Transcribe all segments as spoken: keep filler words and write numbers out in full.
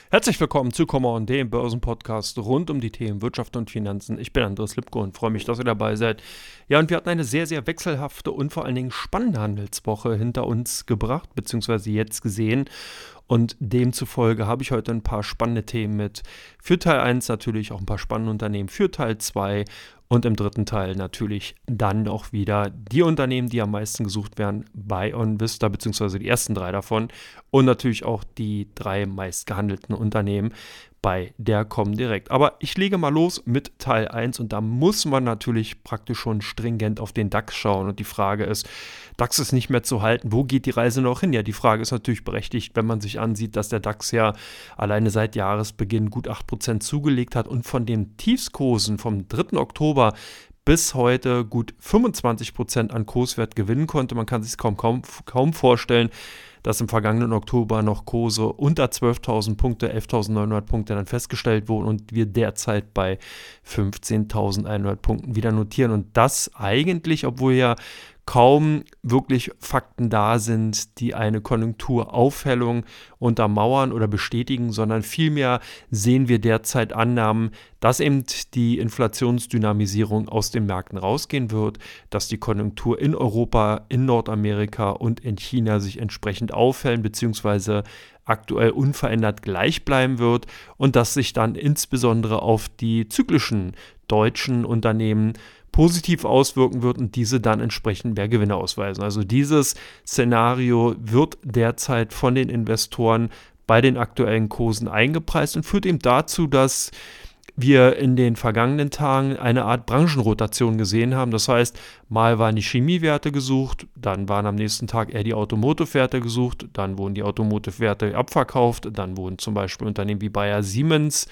Herzlich willkommen zu Come On, dem Börsenpodcast rund um die Themen Wirtschaft und Finanzen. Ich bin Andreas Lipko und freue mich, dass ihr dabei seid. Ja, und wir hatten eine sehr, sehr wechselhafte und vor allen Dingen spannende Handelswoche hinter uns gebracht, beziehungsweise jetzt gesehen. Und demzufolge habe ich heute ein paar spannende Themen mit. Für Teil eins natürlich auch ein paar spannende Unternehmen, für Teil zwei und im dritten Teil natürlich dann auch wieder die Unternehmen, die am meisten gesucht werden bei OnVista, beziehungsweise die ersten drei davon und natürlich auch die drei meistgehandelten Unternehmen bei der Comdirect. Aber ich lege mal los mit Teil eins und da muss man natürlich praktisch schon stringent auf den DAX schauen und die Frage ist, DAX ist nicht mehr zu halten, wo geht die Reise noch hin? Ja, die Frage ist natürlich berechtigt, wenn man sich ansieht, dass der DAX ja alleine seit Jahresbeginn gut acht Prozent zugelegt hat und von den Tiefskursen vom dritten Oktober bis heute gut fünfundzwanzig Prozent an Kurswert gewinnen konnte. Man kann sich kaum, kaum, kaum vorstellen, dass im vergangenen Oktober noch Kurse unter zwölftausend Punkte, elftausendneunhundert Punkte dann festgestellt wurden und wir derzeit bei fünfzehntausendeinhundert Punkten wieder notieren. Und das eigentlich, obwohl ja kaum wirklich Fakten da sind, die eine Konjunkturaufhellung untermauern oder bestätigen, sondern vielmehr sehen wir derzeit Annahmen, dass eben die Inflationsdynamisierung aus den Märkten rausgehen wird, dass die Konjunktur in Europa, in Nordamerika und in China sich entsprechend aufhellen bzw. aktuell unverändert gleich bleiben wird und dass sich dann insbesondere auf die zyklischen deutschen Unternehmen positiv auswirken wird und diese dann entsprechend mehr Gewinne ausweisen. Also dieses Szenario wird derzeit von den Investoren bei den aktuellen Kursen eingepreist und führt eben dazu, dass wir in den vergangenen Tagen eine Art Branchenrotation gesehen haben. Das heißt, mal waren die Chemiewerte gesucht, dann waren am nächsten Tag eher die Automotive-Werte gesucht, dann wurden die Automotive-Werte abverkauft, dann wurden zum Beispiel Unternehmen wie Bayer, Siemens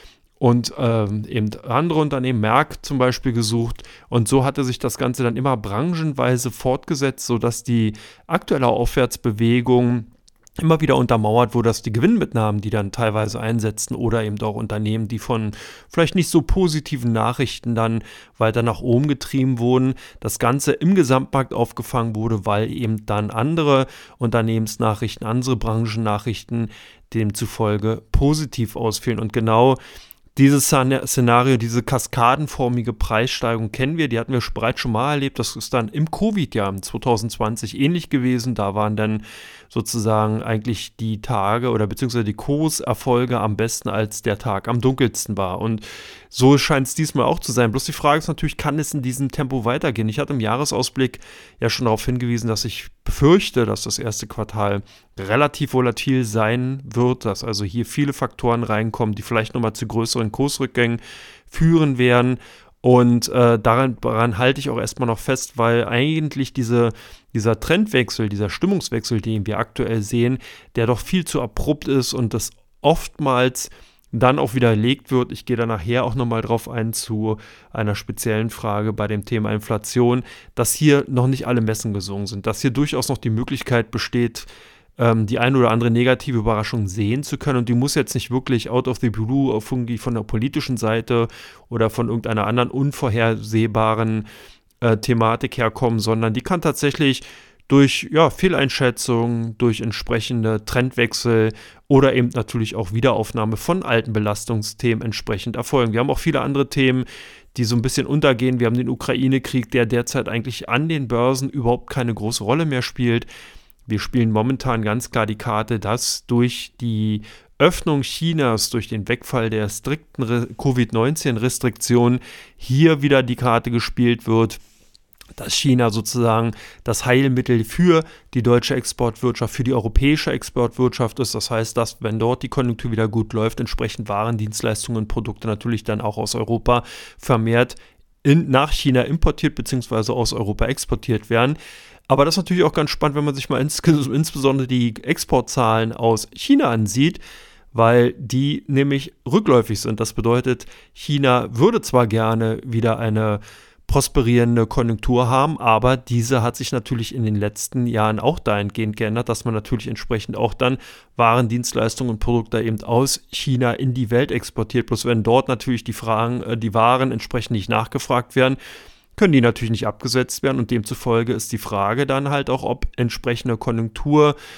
und ähm, eben andere Unternehmen, Merck zum Beispiel, gesucht. Und so hatte sich das Ganze dann immer branchenweise fortgesetzt, sodass die aktuelle Aufwärtsbewegung immer wieder untermauert wurde, dass die Gewinnmitnahmen, die dann teilweise einsetzten oder eben auch Unternehmen, die von vielleicht nicht so positiven Nachrichten dann weiter nach oben getrieben wurden, das Ganze im Gesamtmarkt aufgefangen wurde, weil eben dann andere Unternehmensnachrichten, andere Branchennachrichten demzufolge positiv ausfielen. Und genau dieses Szenario, diese kaskadenformige Preissteigerung kennen wir, die hatten wir bereits schon mal erlebt. Das ist dann im Covid-Jahr zwanzig zwanzig ähnlich gewesen. Da waren dann sozusagen eigentlich die Tage oder beziehungsweise die Kurserfolge am besten, als der Tag am dunkelsten war. Und so scheint es diesmal auch zu sein. Bloß die Frage ist natürlich, kann es in diesem Tempo weitergehen? Ich hatte im Jahresausblick ja schon darauf hingewiesen, dass ich befürchte, dass das erste Quartal relativ volatil sein wird, dass also hier viele Faktoren reinkommen, die vielleicht nochmal zu größeren Kursrückgängen führen werden. Und äh, daran, daran halte ich auch erstmal noch fest, weil eigentlich diese, dieser Trendwechsel, dieser Stimmungswechsel, den wir aktuell sehen, der doch viel zu abrupt ist und das oftmals dann auch widerlegt wird. Ich gehe da nachher auch nochmal drauf ein zu einer speziellen Frage bei dem Thema Inflation, dass hier noch nicht alle Messen gesungen sind, dass hier durchaus noch die Möglichkeit besteht, ähm, die eine oder andere negative Überraschung sehen zu können und die muss jetzt nicht wirklich out of the blue von der politischen Seite oder von irgendeiner anderen unvorhersehbaren äh, Thematik herkommen, sondern die kann tatsächlich durch ja, Fehleinschätzung, durch entsprechende Trendwechsel oder eben natürlich auch Wiederaufnahme von alten Belastungsthemen entsprechend erfolgen. Wir haben auch viele andere Themen, die so ein bisschen untergehen. Wir haben den Ukraine-Krieg, der derzeit eigentlich an den Börsen überhaupt keine große Rolle mehr spielt. Wir spielen momentan ganz klar die Karte, dass durch die Öffnung Chinas, durch den Wegfall der strikten Covid neunzehn Restriktionen hier wieder die Karte gespielt wird, dass China sozusagen das Heilmittel für die deutsche Exportwirtschaft, für die europäische Exportwirtschaft ist. Das heißt, dass, wenn dort die Konjunktur wieder gut läuft, entsprechend Waren, Dienstleistungen und Produkte natürlich dann auch aus Europa vermehrt in, nach China importiert bzw. aus Europa exportiert werden. Aber das ist natürlich auch ganz spannend, wenn man sich mal ins, insbesondere die Exportzahlen aus China ansieht, weil die nämlich rückläufig sind. Das bedeutet, China würde zwar gerne wieder eine prosperierende Konjunktur haben, aber diese hat sich natürlich in den letzten Jahren auch dahingehend geändert, dass man natürlich entsprechend auch dann Waren, Dienstleistungen und Produkte eben aus China in die Welt exportiert. Bloß wenn dort natürlich die Fragen, die Waren entsprechend nicht nachgefragt werden, können die natürlich nicht abgesetzt werden und demzufolge ist die Frage dann halt auch, ob entsprechende Konjunktur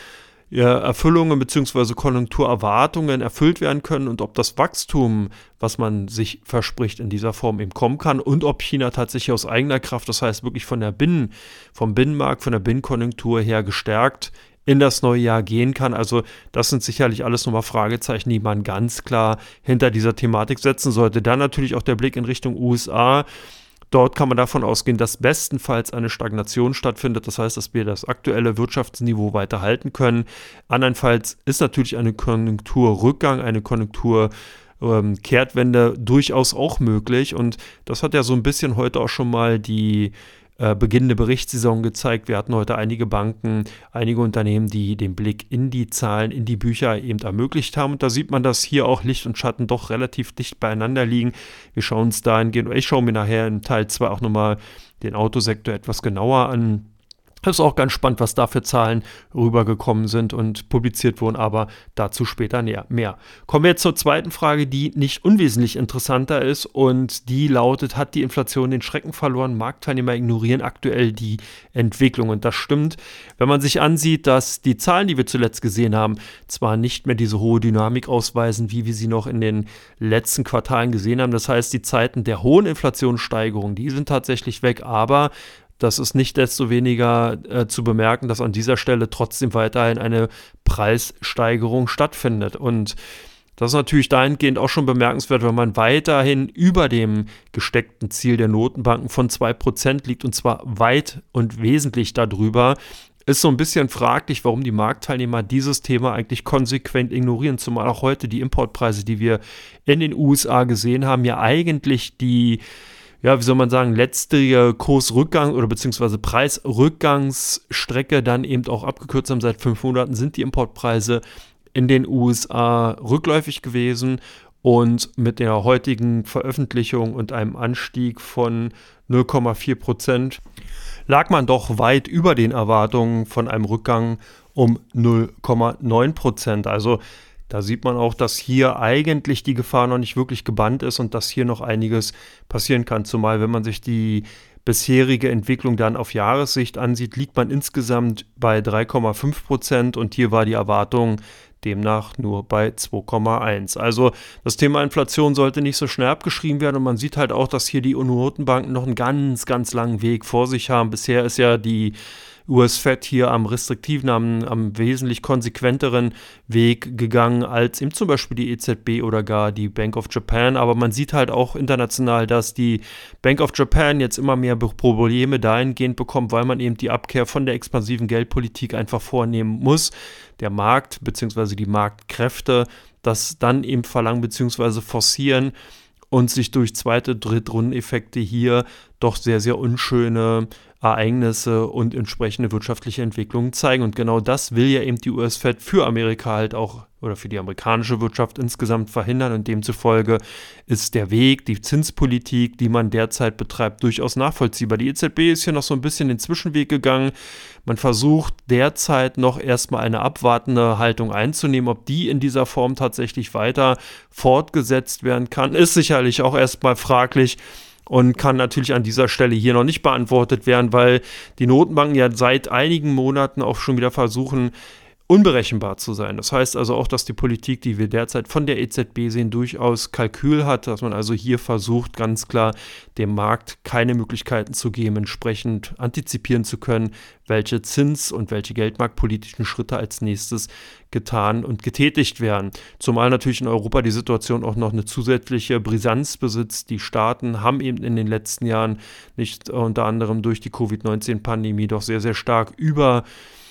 ja, Erfüllungen bzw. Konjunkturerwartungen erfüllt werden können und ob das Wachstum, was man sich verspricht, in dieser Form eben kommen kann und ob China tatsächlich aus eigener Kraft, das heißt wirklich von der Binnen, vom Binnenmarkt, von der Binnenkonjunktur her gestärkt in das neue Jahr gehen kann. Also das sind sicherlich alles nochmal Fragezeichen, die man ganz klar hinter dieser Thematik setzen sollte. Dann natürlich auch der Blick in Richtung U S A. Dort kann man davon ausgehen, dass bestenfalls eine Stagnation stattfindet. Das heißt, dass wir das aktuelle Wirtschaftsniveau weiter halten können. Andernfalls ist natürlich eine Konjunkturrückgang, eine Konjunkturkehrtwende durchaus auch möglich. Und das hat ja so ein bisschen heute auch schon mal die äh, beginnende Berichtssaison gezeigt. Wir hatten heute einige Banken, einige Unternehmen, die den Blick in die Zahlen, in die Bücher eben ermöglicht haben. Und da sieht man, dass hier auch Licht und Schatten doch relativ dicht beieinander liegen. Wir schauen uns dahingehend, ich schaue mir nachher in Teil zwei auch nochmal den Autosektor etwas genauer an. Das ist auch ganz spannend, was da für Zahlen rübergekommen sind und publiziert wurden, aber dazu später mehr. Kommen wir jetzt zur zweiten Frage, die nicht unwesentlich interessanter ist und die lautet, hat die Inflation den Schrecken verloren? Marktteilnehmer ignorieren aktuell die Entwicklung und das stimmt, wenn man sich ansieht, dass die Zahlen, die wir zuletzt gesehen haben, zwar nicht mehr diese hohe Dynamik ausweisen, wie wir sie noch in den letzten Quartalen gesehen haben. Das heißt, die Zeiten der hohen Inflationssteigerung, die sind tatsächlich weg, aber das ist nicht desto weniger äh, zu bemerken, dass an dieser Stelle trotzdem weiterhin eine Preissteigerung stattfindet. Und das ist natürlich dahingehend auch schon bemerkenswert, wenn man weiterhin über dem gesteckten Ziel der Notenbanken von zwei Prozent liegt und zwar weit und wesentlich darüber. Ist so ein bisschen fraglich, warum die Marktteilnehmer dieses Thema eigentlich konsequent ignorieren, zumal auch heute die Importpreise, die wir in den U S A gesehen haben, ja eigentlich die ja, wie soll man sagen, letzte Kursrückgang oder beziehungsweise Preisrückgangsstrecke dann eben auch abgekürzt haben. Seit fünf Monaten sind die Importpreise in den U S A rückläufig gewesen und mit der heutigen Veröffentlichung und einem Anstieg von null Komma vier Prozent lag man doch weit über den Erwartungen von einem Rückgang um null Komma neun Prozent. Also da sieht man auch, dass hier eigentlich die Gefahr noch nicht wirklich gebannt ist und dass hier noch einiges passieren kann. Zumal, wenn man sich die bisherige Entwicklung dann auf Jahressicht ansieht, liegt man insgesamt bei drei Komma fünf Prozent und hier war die Erwartung demnach nur bei zwei Komma eins. Also das Thema Inflation sollte nicht so schnell abgeschrieben werden und man sieht halt auch, dass hier die Notenbanken noch einen ganz, ganz langen Weg vor sich haben. Bisher ist ja die U S-Fed hier am restriktiven, am, am wesentlich konsequenteren Weg gegangen als eben zum Beispiel die E Z B oder gar die Bank of Japan. Aber man sieht halt auch international, dass die Bank of Japan jetzt immer mehr Probleme dahingehend bekommt, weil man eben die Abkehr von der expansiven Geldpolitik einfach vornehmen muss. Der Markt bzw. die Marktkräfte das dann eben verlangen bzw. forcieren und sich durch zweite, Drittrundeneffekte hier doch sehr, sehr unschöne Ereignisse und entsprechende wirtschaftliche Entwicklungen zeigen. Und genau das will ja eben die U S-Fed für Amerika halt auch oder für die amerikanische Wirtschaft insgesamt verhindern. Und demzufolge ist der Weg, die Zinspolitik, die man derzeit betreibt, durchaus nachvollziehbar. Die E Z B ist hier noch so ein bisschen den Zwischenweg gegangen. Man versucht derzeit noch erstmal eine abwartende Haltung einzunehmen. Ob die in dieser Form tatsächlich weiter fortgesetzt werden kann, ist sicherlich auch erstmal fraglich. Und kann natürlich an dieser Stelle hier noch nicht beantwortet werden, weil die Notenbanken ja seit einigen Monaten auch schon wieder versuchen, unberechenbar zu sein. Das heißt also auch, dass die Politik, die wir derzeit von der E Z B sehen, durchaus Kalkül hat, dass man also hier versucht, ganz klar dem Markt keine Möglichkeiten zu geben, entsprechend antizipieren zu können, welche Zins- und welche geldmarktpolitischen Schritte als nächstes getan und getätigt werden. Zumal natürlich in Europa die Situation auch noch eine zusätzliche Brisanz besitzt. Die Staaten haben eben in den letzten Jahren nicht unter anderem durch die Covid neunzehn Pandemie doch sehr, sehr stark über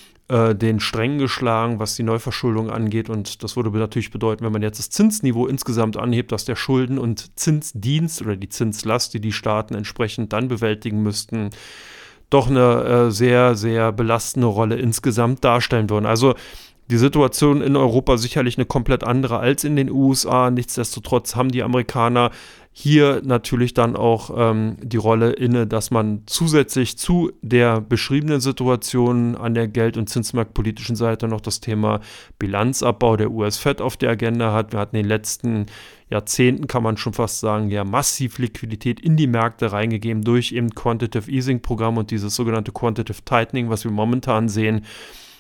den Strängen geschlagen, was die Neuverschuldung angeht. Und das würde natürlich bedeuten, wenn man jetzt das Zinsniveau insgesamt anhebt, dass der Schulden- und Zinsdienst oder die Zinslast, die die Staaten entsprechend dann bewältigen müssten, doch eine äh, sehr, sehr belastende Rolle insgesamt darstellen würden. Also die Situation in Europa sicherlich eine komplett andere als in den U S A. Nichtsdestotrotz haben die Amerikaner hier natürlich dann auch ähm, die Rolle inne, dass man zusätzlich zu der beschriebenen Situation an der Geld- und Zinsmarktpolitischen Seite noch das Thema Bilanzabbau der U S-Fed auf der Agenda hat. Wir hatten in den letzten Jahrzehnten, kann man schon fast sagen, ja massiv Liquidität in die Märkte reingegeben durch eben Quantitative Easing Programm und dieses sogenannte Quantitative Tightening, was wir momentan sehen.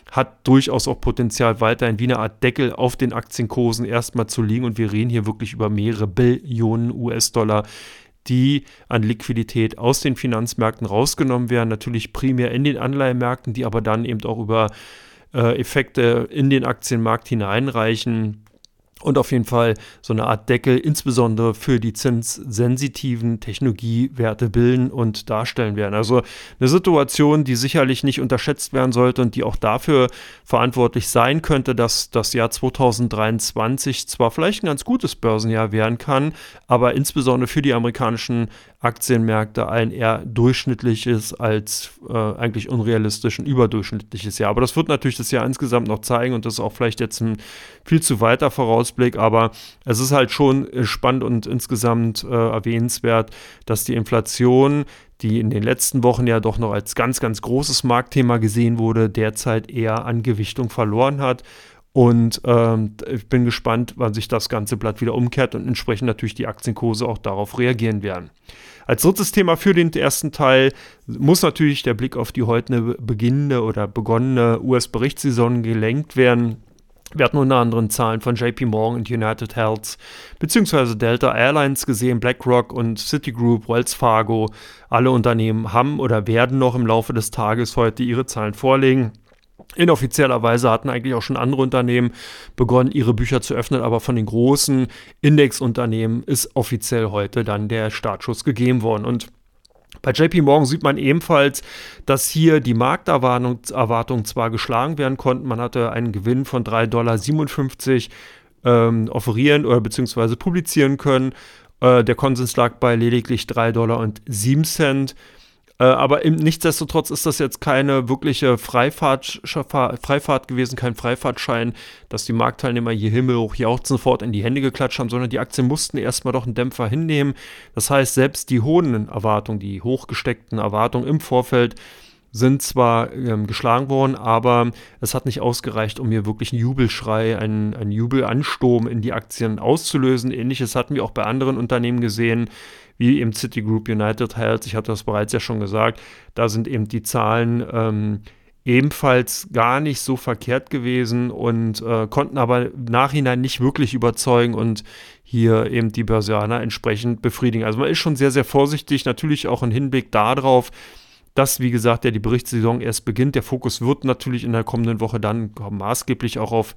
hat durchaus auch Potenzial, weiterhin wie eine Art Deckel auf den Aktienkursen erstmal zu liegen. Und wir reden hier wirklich über mehrere Billionen U S-Dollar, die an Liquidität aus den Finanzmärkten rausgenommen werden. Natürlich primär in den Anleihenmärkten, die aber dann eben auch über äh, Effekte in den Aktienmarkt hineinreichen. Und auf jeden Fall so eine Art Deckel, insbesondere für die zinssensitiven Technologiewerte bilden und darstellen werden. Also eine Situation, die sicherlich nicht unterschätzt werden sollte und die auch dafür verantwortlich sein könnte, dass das Jahr zweitausenddreiundzwanzig zwar vielleicht ein ganz gutes Börsenjahr werden kann, aber insbesondere für die amerikanischen Aktienmärkte ein eher durchschnittliches als äh, eigentlich unrealistisch ein überdurchschnittliches Jahr. Aber das wird natürlich das Jahr insgesamt noch zeigen und das ist auch vielleicht jetzt ein viel zu weiter Vorausblick, aber es ist halt schon spannend und insgesamt äh, erwähnenswert, dass die Inflation, die in den letzten Wochen ja doch noch als ganz, ganz großes Marktthema gesehen wurde, derzeit eher an Gewichtung verloren hat. Und ähm, ich bin gespannt, wann sich das ganze Blatt wieder umkehrt und entsprechend natürlich die Aktienkurse auch darauf reagieren werden. Als drittes Thema für den ersten Teil muss natürlich der Blick auf die heute beginnende oder begonnene U S-Berichtssaison gelenkt werden. Wir hatten unter anderem Zahlen von J P Morgan und United Health bzw. Delta Airlines gesehen, BlackRock und Citigroup, Wells Fargo. Alle Unternehmen haben oder werden noch im Laufe des Tages heute ihre Zahlen vorlegen. Inoffizieller Weise hatten eigentlich auch schon andere Unternehmen begonnen, ihre Bücher zu öffnen, aber von den großen Indexunternehmen ist offiziell heute dann der Startschuss gegeben worden. Und bei J P Morgan sieht man ebenfalls, dass hier die Markterwartungen zwar geschlagen werden konnten, man hatte einen Gewinn von drei Komma siebenundfünfzig Dollar ähm, offerieren oder beziehungsweise publizieren können. Äh, der Konsens lag bei lediglich drei Komma sieben Dollar. Äh, aber im, nichtsdestotrotz ist das jetzt keine wirkliche Freifahrt, Freifahrt gewesen, kein Freifahrtschein, dass die Marktteilnehmer hier himmelhoch jauchzend sofort in die Hände geklatscht haben, sondern die Aktien mussten erstmal doch einen Dämpfer hinnehmen. Das heißt, selbst die hohen Erwartungen, die hochgesteckten Erwartungen im Vorfeld sind zwar ähm, geschlagen worden, aber es hat nicht ausgereicht, um hier wirklich einen Jubelschrei, einen, einen Jubelansturm in die Aktien auszulösen. Ähnliches hatten wir auch bei anderen Unternehmen gesehen, wie eben Citigroup, United Health, ich hatte das bereits ja schon gesagt, da sind eben die Zahlen ähm, ebenfalls gar nicht so verkehrt gewesen und äh, konnten aber im Nachhinein nicht wirklich überzeugen und hier eben die Börsianer entsprechend befriedigen. Also man ist schon sehr, sehr vorsichtig, natürlich auch im Hinblick darauf, dass, wie gesagt, ja die Berichtssaison erst beginnt. Der Fokus wird natürlich in der kommenden Woche dann maßgeblich auch auf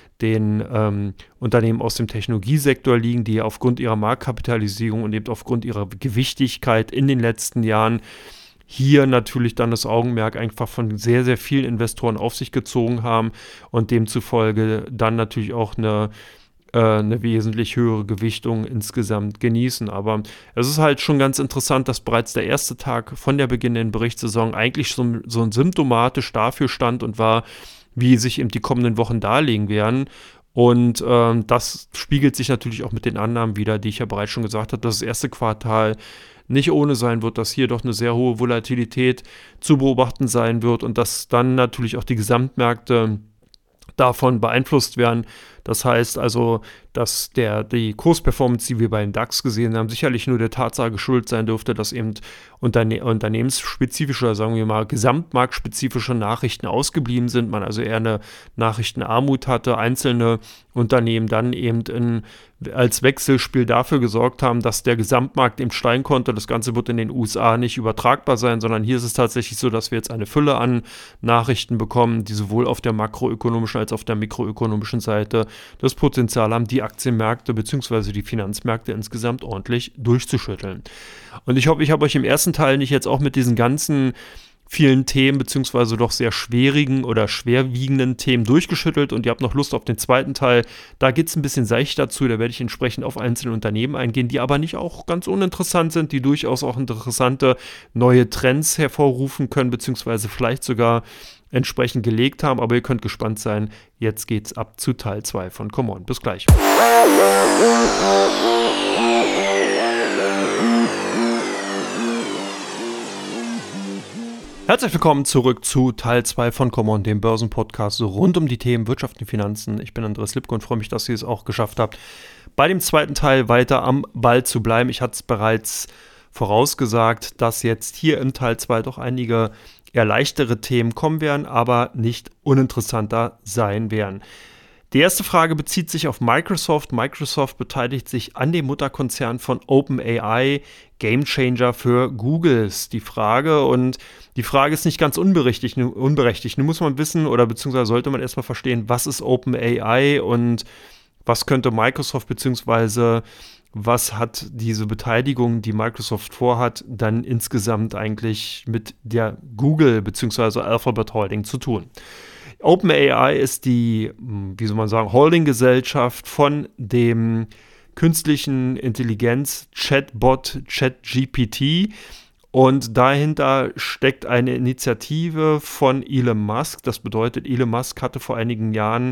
den ähm, Unternehmen aus dem Technologiesektor liegen, die aufgrund ihrer Marktkapitalisierung und eben aufgrund ihrer Gewichtigkeit in den letzten Jahren hier natürlich dann das Augenmerk einfach von sehr, sehr vielen Investoren auf sich gezogen haben und demzufolge dann natürlich auch eine, äh, eine wesentlich höhere Gewichtung insgesamt genießen. Aber es ist halt schon ganz interessant, dass bereits der erste Tag von der beginnenden Berichtssaison eigentlich so, so symptomatisch dafür stand und war, wie sich eben die kommenden Wochen darlegen werden. Und ähm, das spiegelt sich natürlich auch mit den Annahmen wieder, die ich ja bereits schon gesagt habe, dass das erste Quartal nicht ohne sein wird, dass hier doch eine sehr hohe Volatilität zu beobachten sein wird und dass dann natürlich auch die Gesamtmärkte davon beeinflusst werden. Das heißt also, dass der, die Kursperformance, die wir beim DAX gesehen haben, sicherlich nur der Tatsache geschuldet sein dürfte, dass eben unterne- unternehmensspezifische, sagen wir mal, gesamtmarktspezifische Nachrichten ausgeblieben sind, man also eher eine Nachrichtenarmut hatte, einzelne Unternehmen dann eben in, als Wechselspiel dafür gesorgt haben, dass der Gesamtmarkt eben steigen konnte. Das Ganze wird in den U S A nicht übertragbar sein, sondern hier ist es tatsächlich so, dass wir jetzt eine Fülle an Nachrichten bekommen, die sowohl auf der makroökonomischen als auch auf der mikroökonomischen Seite das Potenzial haben, die Aktienmärkte bzw. die Finanzmärkte insgesamt ordentlich durchzuschütteln. Und ich hoffe, ich habe euch im ersten Teil nicht jetzt auch mit diesen ganzen vielen Themen beziehungsweise doch sehr schwierigen oder schwerwiegenden Themen durchgeschüttelt und ihr habt noch Lust auf den zweiten Teil. Da geht es ein bisschen seichter dazu, da werde ich entsprechend auf einzelne Unternehmen eingehen, die aber nicht auch ganz uninteressant sind, die durchaus auch interessante neue Trends hervorrufen können, beziehungsweise vielleicht sogar entsprechend gelegt haben, aber ihr könnt gespannt sein. Jetzt geht's ab zu Teil zwei von Come On. Bis gleich. Herzlich willkommen zurück zu Teil zwei von Come On, dem Börsenpodcast rund um die Themen Wirtschaft und Finanzen. Ich bin Andreas Lipko und freue mich, dass ihr es auch geschafft habt, bei dem zweiten Teil weiter am Ball zu bleiben. Ich hatte es bereits vorausgesagt, dass jetzt hier im Teil zwei doch einige eher leichtere Themen kommen werden, aber nicht uninteressanter sein werden. Die erste Frage bezieht sich auf Microsoft. Microsoft beteiligt sich an dem Mutterkonzern von OpenAI, Gamechanger für Google ist die Frage. Und die Frage ist nicht ganz unberechtigt. unberechtigt. Nun muss man wissen oder beziehungsweise sollte man erstmal verstehen, was ist OpenAI und was könnte Microsoft beziehungsweise was hat diese Beteiligung, die Microsoft vorhat, dann insgesamt eigentlich mit der Google beziehungsweise Alphabet Holding zu tun. OpenAI ist die, wie soll man sagen, Holding-Gesellschaft von dem künstlichen Intelligenz-Chatbot ChatGPT und dahinter steckt eine Initiative von Elon Musk. Das bedeutet, Elon Musk hatte vor einigen Jahren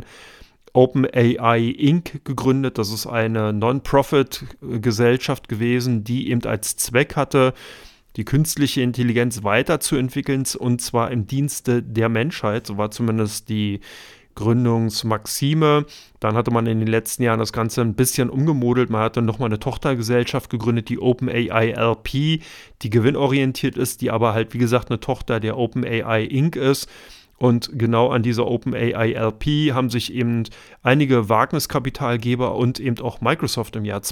OpenAI Incorporated gegründet. Das ist eine Non-Profit-Gesellschaft gewesen, die eben als Zweck hatte, die künstliche Intelligenz weiterzuentwickeln und zwar im Dienste der Menschheit. So war zumindest die Gründungsmaxime. Dann hatte man in den letzten Jahren das Ganze ein bisschen umgemodelt. Man hatte nochmal eine Tochtergesellschaft gegründet, die OpenAI L P, die gewinnorientiert ist, die aber halt, wie gesagt, eine Tochter der OpenAI Incorporated ist. Und genau an dieser OpenAI L P haben sich eben einige Wagniskapitalgeber und eben auch Microsoft im Jahr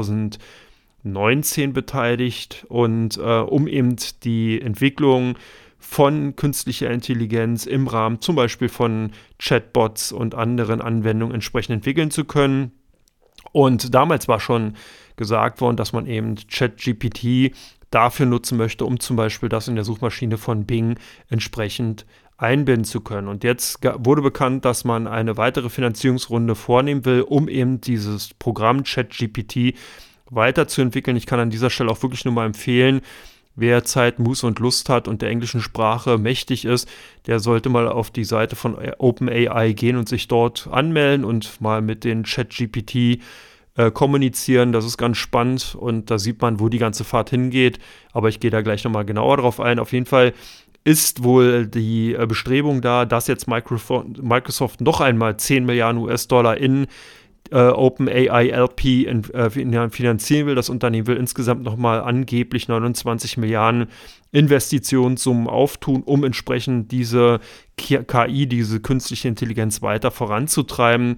zweitausendneunzehn beteiligt. Und äh, um eben die Entwicklung von künstlicher Intelligenz im Rahmen zum Beispiel von Chatbots und anderen Anwendungen entsprechend entwickeln zu können. Und damals war schon gesagt worden, dass man eben ChatGPT dafür nutzen möchte, um zum Beispiel das in der Suchmaschine von Bing entsprechend einbinden zu können. Und jetzt wurde bekannt, dass man eine weitere Finanzierungsrunde vornehmen will, um eben dieses Programm ChatGPT weiterzuentwickeln. Ich kann an dieser Stelle auch wirklich nur mal empfehlen, wer Zeit, Muße und Lust hat und der englischen Sprache mächtig ist, der sollte mal auf die Seite von OpenAI gehen und sich dort anmelden und mal mit den ChatGPT äh, kommunizieren. Das ist ganz spannend und da sieht man, wo die ganze Fahrt hingeht. Aber ich gehe da gleich nochmal genauer drauf ein. Auf jeden Fall ist wohl die äh, Bestrebung da, dass jetzt Microsoft, Microsoft noch einmal zehn Milliarden U S-Dollar in äh, OpenAI L P in, äh, finanzieren will. Das Unternehmen will insgesamt nochmal angeblich neunundzwanzig Milliarden Investitionssummen auftun, um entsprechend diese K I, diese künstliche Intelligenz weiter voranzutreiben.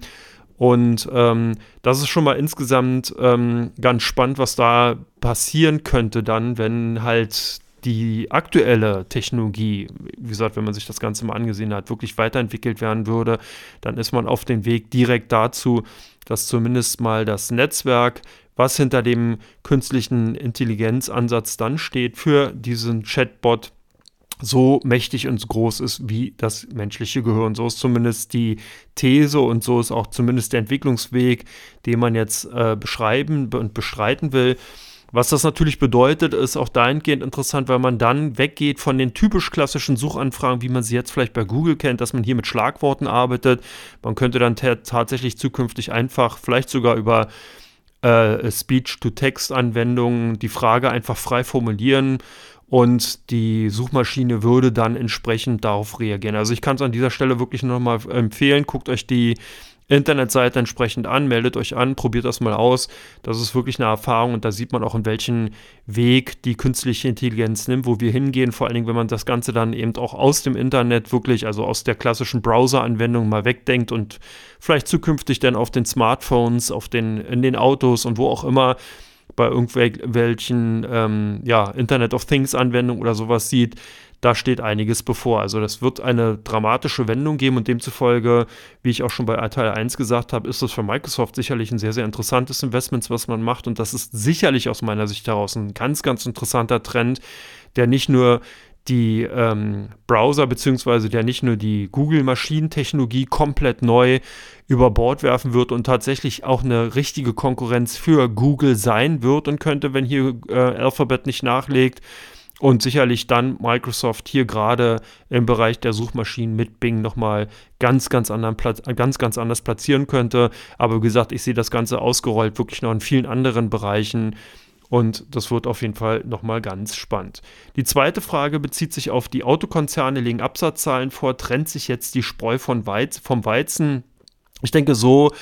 Und ähm, das ist schon mal insgesamt ähm, ganz spannend, was da passieren könnte dann, wenn halt die aktuelle Technologie, wie gesagt, wenn man sich das Ganze mal angesehen hat, wirklich weiterentwickelt werden würde, dann ist man auf dem Weg direkt dazu, dass zumindest mal das Netzwerk, was hinter dem künstlichen Intelligenzansatz dann steht, für diesen Chatbot so mächtig und groß ist wie das menschliche Gehirn. So ist zumindest die These und so ist auch zumindest der Entwicklungsweg, den man jetzt äh, beschreiben und beschreiten will. Was das natürlich bedeutet, ist auch dahingehend interessant, weil man dann weggeht von den typisch klassischen Suchanfragen, wie man sie jetzt vielleicht bei Google kennt, dass man hier mit Schlagworten arbeitet. Man könnte dann t- tatsächlich zukünftig einfach, vielleicht sogar über äh, Speech-to-Text-Anwendungen die Frage einfach frei formulieren und die Suchmaschine würde dann entsprechend darauf reagieren. Also ich kann es an dieser Stelle wirklich nochmal empfehlen, guckt euch die Internetseite entsprechend an, meldet euch an, probiert das mal aus. Das ist wirklich eine Erfahrung und da sieht man auch, in welchen Weg die künstliche Intelligenz nimmt, wo wir hingehen, vor allen Dingen, wenn man das Ganze dann eben auch aus dem Internet wirklich, also aus der klassischen Browser-Anwendung mal wegdenkt und vielleicht zukünftig dann auf den Smartphones, auf den, in den Autos und wo auch immer bei irgendwelchen ähm, ja, Internet of Things-Anwendungen oder sowas sieht, da steht einiges bevor. Also das wird eine dramatische Wendung geben und demzufolge, wie ich auch schon bei Teil eins gesagt habe, ist das für Microsoft sicherlich ein sehr, sehr interessantes Investment, was man macht und das ist sicherlich aus meiner Sicht heraus ein ganz, ganz interessanter Trend, der nicht nur die ähm, Browser beziehungsweise der nicht nur die Google-Maschinentechnologie komplett neu über Bord werfen wird und tatsächlich auch eine richtige Konkurrenz für Google sein wird und könnte, wenn hier äh, Alphabet nicht nachlegt. Und sicherlich dann Microsoft hier gerade im Bereich der Suchmaschinen mit Bing nochmal ganz, ganz, anderen Platz, ganz, ganz anders platzieren könnte. Aber wie gesagt, ich sehe das Ganze ausgerollt wirklich noch in vielen anderen Bereichen. Und das wird auf jeden Fall nochmal ganz spannend. Die zweite Frage bezieht sich auf die Autokonzerne, legen Absatzzahlen vor, trennt sich jetzt die Spreu von Weiz, vom Weizen? Ich denke, so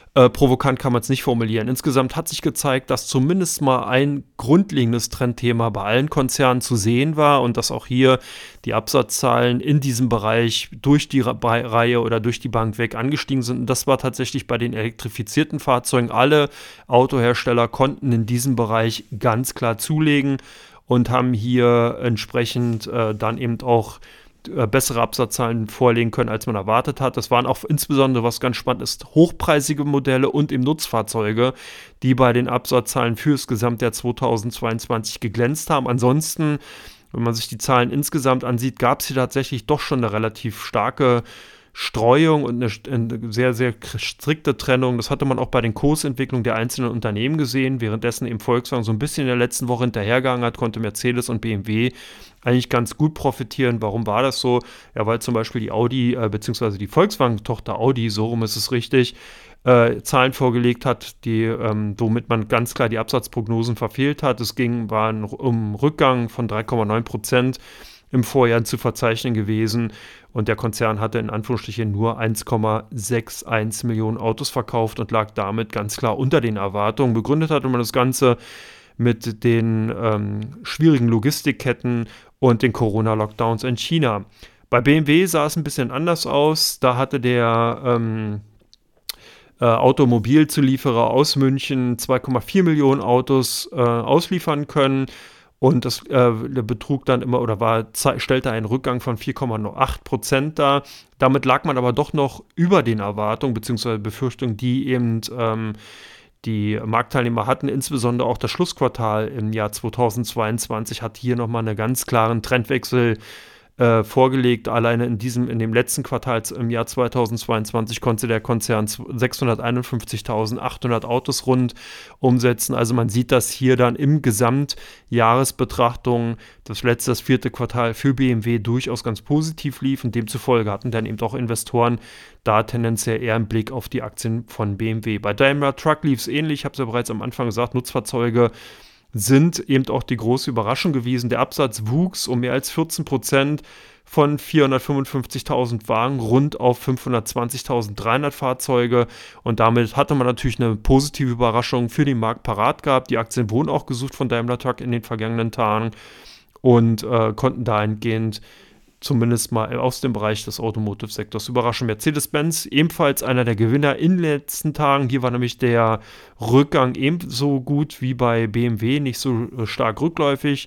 Äh, provokant kann man es nicht formulieren. Insgesamt hat sich gezeigt, dass zumindest mal ein grundlegendes Trendthema bei allen Konzernen zu sehen war und dass auch hier die Absatzzahlen in diesem Bereich durch die Ra- Reihe oder durch die Bank weg angestiegen sind. Und das war tatsächlich bei den elektrifizierten Fahrzeugen. Alle Autohersteller konnten in diesem Bereich ganz klar zulegen und haben hier entsprechend äh, dann eben auch äh, bessere Absatzzahlen vorlegen können, als man erwartet hat. Das waren auch insbesondere, was ganz spannend ist, hochpreisige Modelle und eben Nutzfahrzeuge, die bei den Absatzzahlen fürs Gesamtjahr zweitausendzweiundzwanzig geglänzt haben. Ansonsten, wenn man sich die Zahlen insgesamt ansieht, gab es hier tatsächlich doch schon eine relativ starke Streuung und eine, eine sehr, sehr strikte Trennung. Das hatte man auch bei den Kursentwicklungen der einzelnen Unternehmen gesehen. Währenddessen eben Volkswagen so ein bisschen in der letzten Woche hinterhergegangen hat, konnte Mercedes und B M W eigentlich ganz gut profitieren. Warum war das so? Ja, weil zum Beispiel die Audi, äh, beziehungsweise die Volkswagen-Tochter Audi, so rum ist es richtig, äh, Zahlen vorgelegt hat, die, ähm, womit man ganz klar die Absatzprognosen verfehlt hat. Es ging, war ein um Rückgang von drei Komma neun Prozent im Vorjahr zu verzeichnen gewesen und der Konzern hatte in Anführungsstrichen nur eins Komma einundsechzig Millionen Autos verkauft und lag damit ganz klar unter den Erwartungen. Begründet hatte man das Ganze mit den ähm, schwierigen Logistikketten und den Corona-Lockdowns in China. Bei B M W sah es ein bisschen anders aus. Da hatte der ähm, äh, Automobilzulieferer aus München zwei Komma vier Millionen Autos äh, ausliefern können. Und das äh, betrug dann immer oder war, stellte einen Rückgang von vier Komma acht Prozent dar. Damit lag man aber doch noch über den Erwartungen bzw. Befürchtungen, die eben ähm, die Marktteilnehmer hatten. Insbesondere auch das Schlussquartal im Jahr zweitausendzweiundzwanzig hat hier nochmal einen ganz klaren Trendwechsel äh, vorgelegt. Alleine in diesem, in dem letzten Quartal im Jahr zweitausendzweiundzwanzig konnte der Konzern sechshunderteinundfünfzigtausendachthundert Autos rund umsetzen. Also man sieht, dass hier dann im Gesamtjahresbetrachtung das letzte, das vierte Quartal für B M W durchaus ganz positiv lief und demzufolge hatten dann eben auch Investoren da tendenziell eher einen Blick auf die Aktien von B M W. Bei Daimler Truck lief es ähnlich, ich habe es ja bereits am Anfang gesagt, Nutzfahrzeuge sind eben auch die große Überraschung gewesen. Der Absatz wuchs um mehr als vierzehn Prozent von vierhundertfünfundfünfzigtausend Wagen rund auf fünfhundertzwanzigtausenddreihundert Fahrzeuge und damit hatte man natürlich eine positive Überraschung für den Markt parat gehabt. Die Aktien wurden auch gesucht von Daimler Truck in den vergangenen Tagen und äh, konnten dahingehend zumindest mal aus dem Bereich des Automotive-Sektors überraschen. Mercedes-Benz ebenfalls einer der Gewinner in den letzten Tagen. Hier war nämlich der Rückgang ebenso gut wie bei B M W, nicht so stark rückläufig.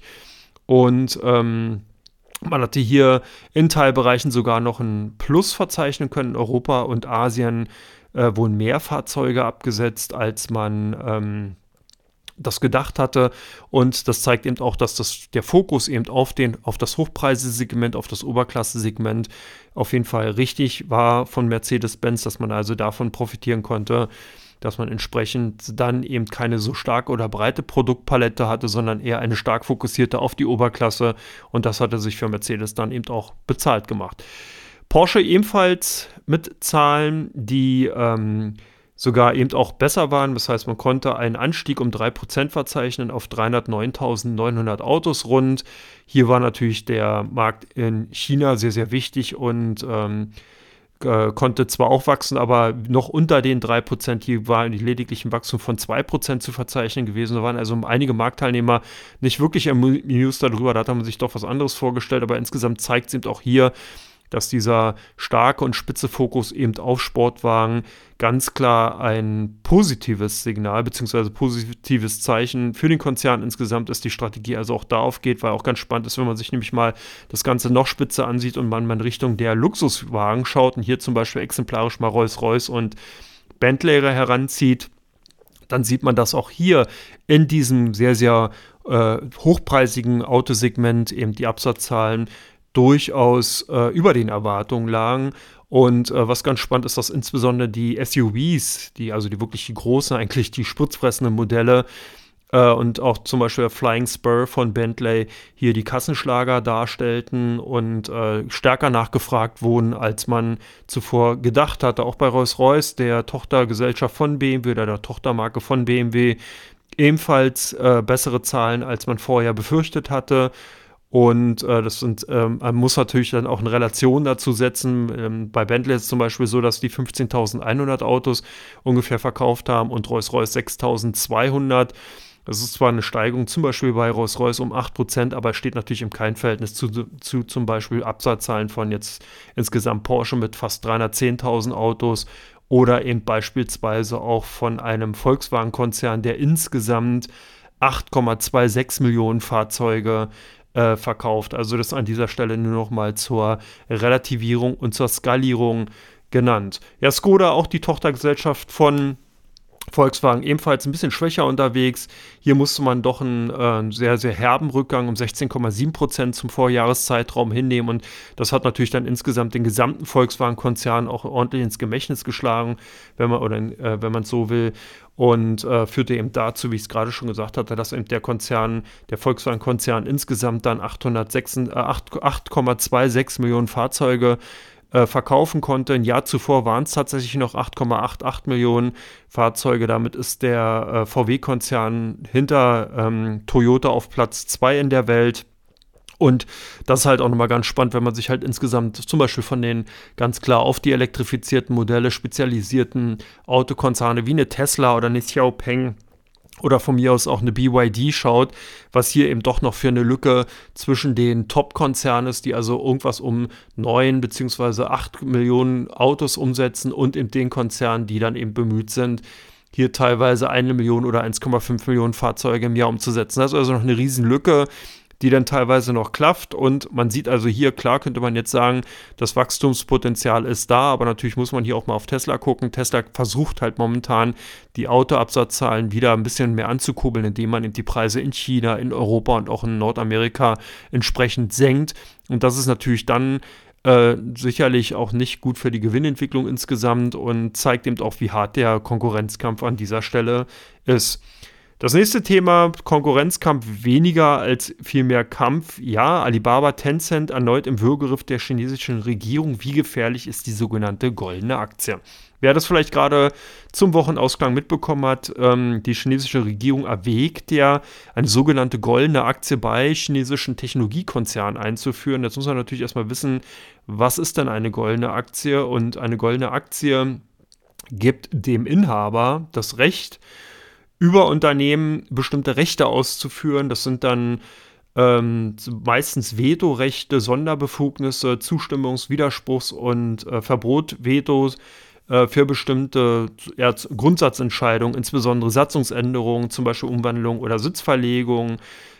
Und ähm, man hatte hier in Teilbereichen sogar noch ein Plus verzeichnen können. In Europa und Asien äh, wurden mehr Fahrzeuge abgesetzt, als man ähm, das gedacht hatte und das zeigt eben auch, dass das, der Fokus eben auf, den, auf das Hochpreissegment, auf das Oberklasse-Segment auf jeden Fall richtig war von Mercedes-Benz, dass man also davon profitieren konnte, dass man entsprechend dann eben keine so starke oder breite Produktpalette hatte, sondern eher eine stark fokussierte auf die Oberklasse und das hatte sich für Mercedes dann eben auch bezahlt gemacht. Porsche ebenfalls mit Zahlen, die ähm, sogar eben auch besser waren. Das heißt, man konnte einen Anstieg um drei Prozent verzeichnen auf dreihundertneuntausendneunhundert Autos rund. Hier war natürlich der Markt in China sehr, sehr wichtig und ähm, äh, konnte zwar auch wachsen, aber noch unter den drei Prozent. Hier war lediglich ein Wachstum von zwei Prozent zu verzeichnen gewesen. Da waren also einige Marktteilnehmer nicht wirklich amused darüber. Da hat man sich doch was anderes vorgestellt, aber insgesamt zeigt es eben auch hier, dass dieser starke und spitze Fokus eben auf Sportwagen ganz klar ein positives Signal bzw. positives Zeichen für den Konzern insgesamt ist, die Strategie also auch da aufgeht, weil auch ganz spannend ist, wenn man sich nämlich mal das Ganze noch spitzer ansieht und man mal in Richtung der Luxuswagen schaut und hier zum Beispiel exemplarisch mal Rolls-Royce und Bentley heranzieht, dann sieht man, dass auch hier in diesem sehr, sehr äh, hochpreisigen Autosegment eben die Absatzzahlen durchaus äh, über den Erwartungen lagen. Und äh, was ganz spannend ist, dass insbesondere die S U Vs, die also die wirklich die großen, eigentlich die spritzfressenden Modelle äh, und auch zum Beispiel der Flying Spur von Bentley hier die Kassenschlager darstellten und äh, stärker nachgefragt wurden, als man zuvor gedacht hatte. Auch bei Rolls-Royce, der Tochtergesellschaft von B M W oder der Tochtermarke von B M W, ebenfalls äh, bessere Zahlen, als man vorher befürchtet hatte. Und äh, das sind, ähm, man muss natürlich dann auch eine Relation dazu setzen. Ähm, bei Bentley ist es zum Beispiel so, dass die fünfzehntausendeinhundert Autos ungefähr verkauft haben und Rolls-Royce sechstausendzweihundert. Das ist zwar eine Steigerung zum Beispiel bei Rolls-Royce um acht Prozent, aber steht natürlich im kein Verhältnis zu, zu zum Beispiel Absatzzahlen von jetzt insgesamt Porsche mit fast dreihundertzehntausend Autos oder eben beispielsweise auch von einem Volkswagen-Konzern, der insgesamt acht Komma sechsundzwanzig Millionen Fahrzeuge äh, verkauft. Also das an dieser Stelle nur noch mal zur Relativierung und zur Skalierung genannt. Ja, Skoda, auch die Tochtergesellschaft von Volkswagen, ebenfalls ein bisschen schwächer unterwegs. Hier musste man doch einen äh, sehr, sehr herben Rückgang um sechzehn Komma sieben Prozent zum Vorjahreszeitraum hinnehmen und das hat natürlich dann insgesamt den gesamten Volkswagen-Konzern auch ordentlich ins Gemächtnis geschlagen, wenn man oder äh, wenn man es so will und äh, führte eben dazu, wie ich es gerade schon gesagt hatte, dass eben der Konzern, der Volkswagen-Konzern insgesamt dann acht Komma sechsundzwanzig Millionen Fahrzeuge verkaufen konnte. Ein Jahr zuvor waren es tatsächlich noch acht Komma achtundachtzig Millionen Fahrzeuge. Damit ist der äh, V W-Konzern hinter ähm, Toyota auf Platz zwei in der Welt. Und das ist halt auch nochmal ganz spannend, wenn man sich halt insgesamt zum Beispiel von den ganz klar auf die elektrifizierten Modelle spezialisierten Autokonzerne wie eine Tesla oder eine Xiaopeng oder von mir aus auch eine B Y D schaut, was hier eben doch noch für eine Lücke zwischen den Top-Konzernen ist, die also irgendwas um neun bzw. acht Millionen Autos umsetzen und eben den Konzernen, die dann eben bemüht sind, hier teilweise eine Million oder eins Komma fünf Millionen Fahrzeuge im Jahr umzusetzen. Das ist also noch eine Riesenlücke, die dann teilweise noch klafft und man sieht also hier, klar könnte man jetzt sagen, das Wachstumspotenzial ist da, aber natürlich muss man hier auch mal auf Tesla gucken. Tesla versucht halt momentan die Autoabsatzzahlen wieder ein bisschen mehr anzukurbeln, indem man eben die Preise in China, in Europa und auch in Nordamerika entsprechend senkt und das ist natürlich dann Äh, sicherlich auch nicht gut für die Gewinnentwicklung insgesamt und zeigt eben auch, wie hart der Konkurrenzkampf an dieser Stelle ist. Das nächste Thema, Konkurrenzkampf weniger als vielmehr Kampf. Ja, Alibaba, Tencent erneut im Würgegriff der chinesischen Regierung. Wie gefährlich ist die sogenannte goldene Aktie? Wer das vielleicht gerade zum Wochenausklang mitbekommen hat, ähm, die chinesische Regierung erwägt ja, eine sogenannte goldene Aktie bei chinesischen Technologiekonzernen einzuführen. Jetzt muss man natürlich erstmal wissen, was ist denn eine goldene Aktie? Und eine goldene Aktie gibt dem Inhaber das Recht, über Unternehmen bestimmte Rechte auszuführen. Das sind dann ähm, meistens Vetorechte, Sonderbefugnisse, Zustimmungs-, Widerspruchs- und äh, Verbot-Vetos äh, für bestimmte ja, Grundsatzentscheidungen, insbesondere Satzungsänderungen, zum Beispiel Umwandlung oder Sitzverlegung,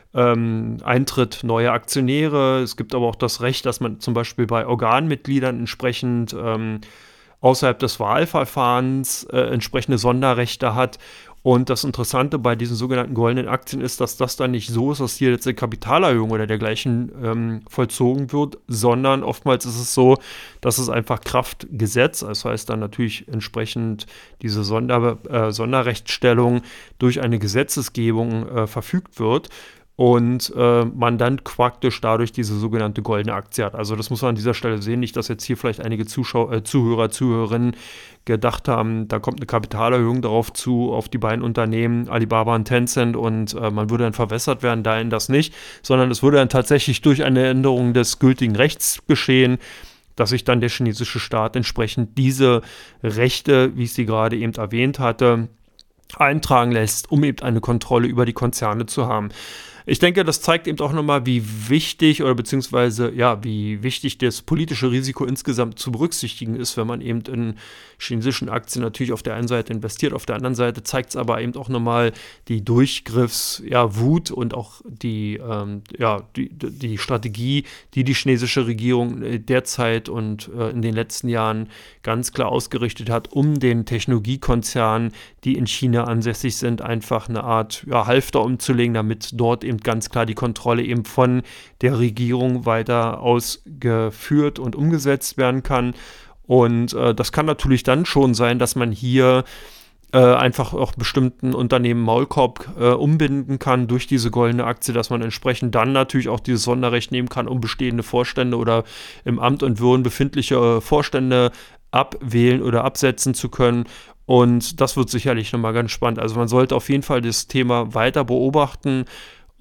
ähm, Eintritt neuer Aktionäre. Es gibt aber auch das Recht, dass man zum Beispiel bei Organmitgliedern entsprechend ähm, außerhalb des Wahlverfahrens äh, entsprechende Sonderrechte hat. Und das Interessante bei diesen sogenannten goldenen Aktien ist, dass das dann nicht so ist, dass hier jetzt eine Kapitalerhöhung oder dergleichen ähm, vollzogen wird, sondern oftmals ist es so, dass es einfach Kraftgesetz, das heißt dann natürlich entsprechend diese Sonder, äh, Sonderrechtsstellung durch eine Gesetzesgebung äh, verfügt wird. Und äh, man dann praktisch dadurch diese sogenannte goldene Aktie hat. Also das muss man an dieser Stelle sehen, nicht, dass jetzt hier vielleicht einige Zuschauer, äh, Zuhörer, Zuhörerinnen gedacht haben, da kommt eine Kapitalerhöhung darauf zu, auf die beiden Unternehmen, Alibaba und Tencent und äh, man würde dann verwässert werden, dahin das nicht, sondern es würde dann tatsächlich durch eine Änderung des gültigen Rechts geschehen, dass sich dann der chinesische Staat entsprechend diese Rechte, wie ich sie gerade eben erwähnt hatte, eintragen lässt, um eben eine Kontrolle über die Konzerne zu haben. Ich denke, das zeigt eben auch nochmal, wie wichtig oder beziehungsweise ja, wie wichtig das politische Risiko insgesamt zu berücksichtigen ist, wenn man eben in chinesischen Aktien natürlich auf der einen Seite investiert, auf der anderen Seite zeigt es aber eben auch nochmal die Durchgriffs-, ja, Wut und auch die, ähm, ja, die, die Strategie, die die chinesische Regierung derzeit und äh, in den letzten Jahren ganz klar ausgerichtet hat, um den Technologiekonzernen, die in China ansässig sind, einfach eine Art ja, Halfter umzulegen, damit dort eben ganz klar die Kontrolle eben von der Regierung weiter ausgeführt und umgesetzt werden kann. Und äh, das kann natürlich dann schon sein, dass man hier äh, einfach auch bestimmten Unternehmen Maulkorb äh, umbinden kann durch diese goldene Aktie, dass man entsprechend dann natürlich auch dieses Sonderrecht nehmen kann, um bestehende Vorstände oder im Amt und Würden befindliche äh, Vorstände abwählen oder absetzen zu können. Und das wird sicherlich nochmal ganz spannend. Also man sollte auf jeden Fall das Thema weiter beobachten.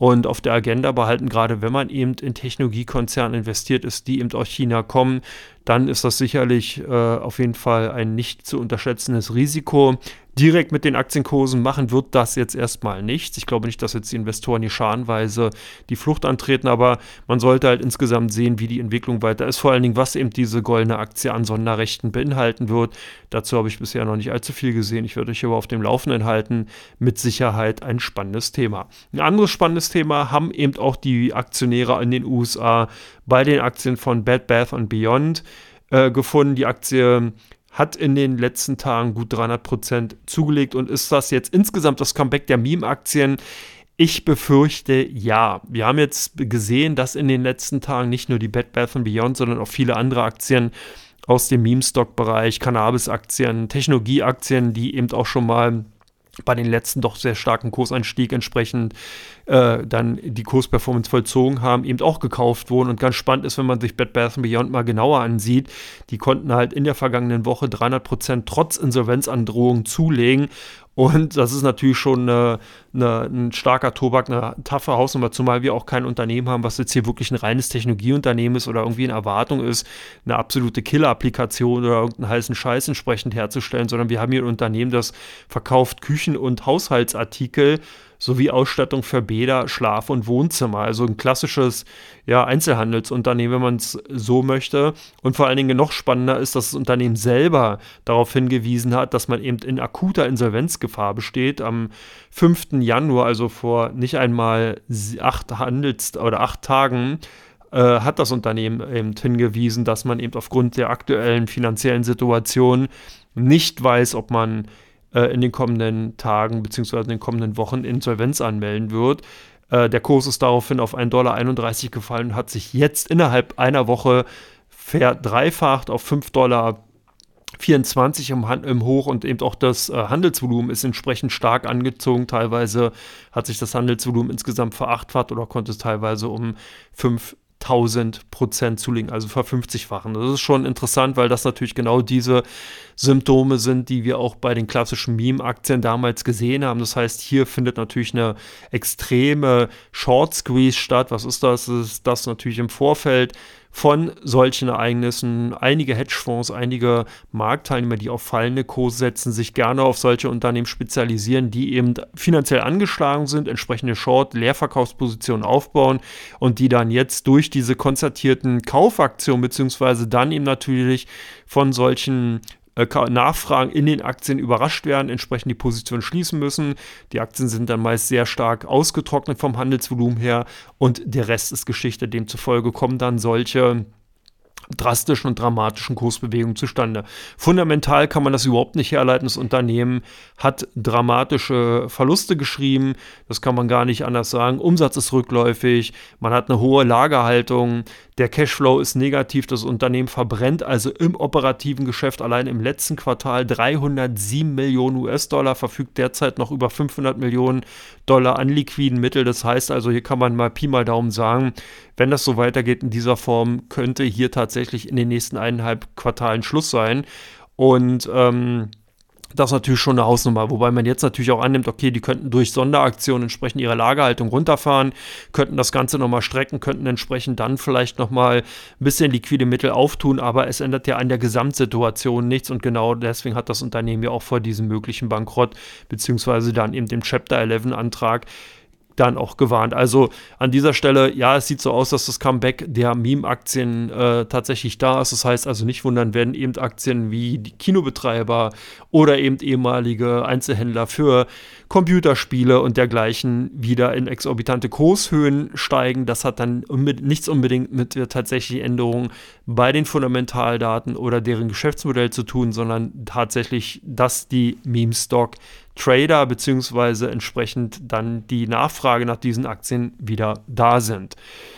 und auf der Agenda behalten, gerade wenn man eben in Technologiekonzerne investiert ist, die eben aus China kommen, dann ist das sicherlich äh, auf jeden Fall ein nicht zu unterschätzendes Risiko. Direkt mit den Aktienkursen machen wird das jetzt erstmal nichts. Ich glaube nicht, dass jetzt die Investoren hier scharenweise die Flucht antreten, aber man sollte halt insgesamt sehen, wie die Entwicklung weiter ist. Vor allen Dingen, was eben diese goldene Aktie an Sonderrechten beinhalten wird. Dazu habe ich bisher noch nicht allzu viel gesehen. Ich werde euch aber auf dem Laufenden halten. Mit Sicherheit ein spannendes Thema. Ein anderes spannendes Thema haben eben auch die Aktionäre in den U S A bei den Aktien von Bed Bath and Beyond äh, gefunden. Die Aktie hat in den letzten Tagen gut dreihundert Prozent zugelegt und ist das jetzt insgesamt das Comeback der Meme-Aktien? Ich befürchte, ja. Wir haben jetzt gesehen, dass in den letzten Tagen nicht nur die Bed Bath and Beyond, sondern auch viele andere Aktien aus dem Meme-Stock-Bereich, Cannabis-Aktien, Technologie-Aktien, die eben auch schon mal bei den letzten doch sehr starken Kursanstieg entsprechend äh, dann die Kursperformance vollzogen haben, eben auch gekauft wurden. Und ganz spannend ist, wenn man sich Bed Bath and Beyond mal genauer ansieht, die konnten halt in der vergangenen Woche dreihundert Prozent trotz Insolvenzandrohung zulegen. Und das ist natürlich schon eine, eine, ein starker Tobak, eine taffe Hausnummer, zumal wir auch kein Unternehmen haben, was jetzt hier wirklich ein reines Technologieunternehmen ist oder irgendwie eine Erwartung ist, eine absolute Killer-Applikation oder irgendeinen heißen Scheiß entsprechend herzustellen, sondern wir haben hier ein Unternehmen, das verkauft Küchen- und Haushaltsartikel sowie Ausstattung für Bäder, Schlaf- und Wohnzimmer. Also ein klassisches ja, Einzelhandelsunternehmen, wenn man es so möchte. Und vor allen Dingen noch spannender ist, dass das Unternehmen selber darauf hingewiesen hat, dass man eben in akuter Insolvenzgefahr besteht. Am fünften Januar, also vor nicht einmal acht Handels- oder acht Tagen, äh, hat das Unternehmen eben hingewiesen, dass man eben aufgrund der aktuellen finanziellen Situation nicht weiß, ob man in den kommenden Tagen bzw. in den kommenden Wochen Insolvenz anmelden wird. Äh, der Kurs ist daraufhin auf ein Komma einunddreißig Dollar gefallen und hat sich jetzt innerhalb einer Woche verdreifacht auf fünf Komma vierundzwanzig Dollar im, im Hoch und eben auch das äh, Handelsvolumen ist entsprechend stark angezogen. Teilweise hat sich das Handelsvolumen insgesamt verachtfacht oder konnte es teilweise um fünf tausend Prozent zulegen, also verfünfzigfachen. Das ist schon interessant, weil das natürlich genau diese Symptome sind, die wir auch bei den klassischen Meme-Aktien damals gesehen haben. Das heißt, hier findet natürlich eine extreme Short-Squeeze statt. Was ist das? Das ist das natürlich im Vorfeld von solchen Ereignissen. Einige Hedgefonds, einige Marktteilnehmer, die auf fallende Kurse setzen, sich gerne auf solche Unternehmen spezialisieren, die eben finanziell angeschlagen sind, entsprechende Short-Leerverkaufspositionen aufbauen und die dann jetzt durch diese konzertierten Kaufaktionen beziehungsweise dann eben natürlich von solchen Nachfragen in den Aktien überrascht werden, entsprechend die Position schließen müssen. Die Aktien sind dann meist sehr stark ausgetrocknet vom Handelsvolumen her und der Rest ist Geschichte. Demzufolge kommen dann solche drastischen und dramatischen Kursbewegungen zustande. Fundamental kann man das überhaupt nicht herleiten. Das Unternehmen hat dramatische Verluste geschrieben. Das kann man gar nicht anders sagen. Umsatz ist rückläufig. Man hat eine hohe Lagerhaltung. Der Cashflow ist negativ. Das Unternehmen verbrennt also im operativen Geschäft allein im letzten Quartal dreihundertsieben Millionen U S-Dollar, verfügt derzeit noch über fünfhundert Millionen Dollar an liquiden Mitteln. Das heißt also, hier kann man mal Pi mal Daumen sagen, wenn das so weitergeht in dieser Form, könnte hier tatsächlich in den nächsten eineinhalb Quartalen Schluss sein. Und ähm, das ist natürlich schon eine Hausnummer, wobei man jetzt natürlich auch annimmt, okay, die könnten durch Sonderaktionen entsprechend ihre Lagerhaltung runterfahren, könnten das Ganze nochmal strecken, könnten entsprechend dann vielleicht nochmal ein bisschen liquide Mittel auftun, aber es ändert ja an der Gesamtsituation nichts und genau deswegen hat das Unternehmen ja auch vor diesem möglichen Bankrott beziehungsweise dann eben dem Chapter elf Antrag dann auch gewarnt. Also an dieser Stelle, ja, es sieht so aus, dass das Comeback der Meme-Aktien äh, tatsächlich da ist. Das heißt also nicht wundern, wenn eben Aktien wie die Kinobetreiber oder eben ehemalige Einzelhändler für Computerspiele und dergleichen wieder in exorbitante Kurshöhen steigen. Das hat dann unbe- nichts unbedingt mit der tatsächlichen Änderung bei den Fundamentaldaten oder deren Geschäftsmodell zu tun, sondern tatsächlich, dass die Meme-Stock Trader beziehungsweise entsprechend dann die Nachfrage nach diesen Aktien wieder da sind.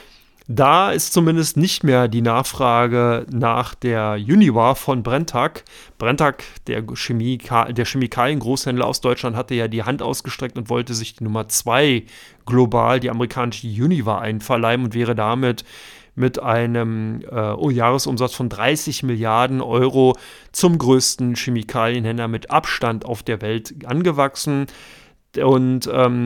Da ist zumindest nicht mehr die Nachfrage nach der Univar von Brenntag. Brenntag, der, Chemika- der Chemikalien-Großhändler aus Deutschland, hatte ja die Hand ausgestreckt und wollte sich die Nummer zwei global, die amerikanische Univar, einverleiben und wäre damit mit einem äh, Jahresumsatz von dreißig Milliarden Euro zum größten Chemikalienhändler mit Abstand auf der Welt angewachsen. Und ähm,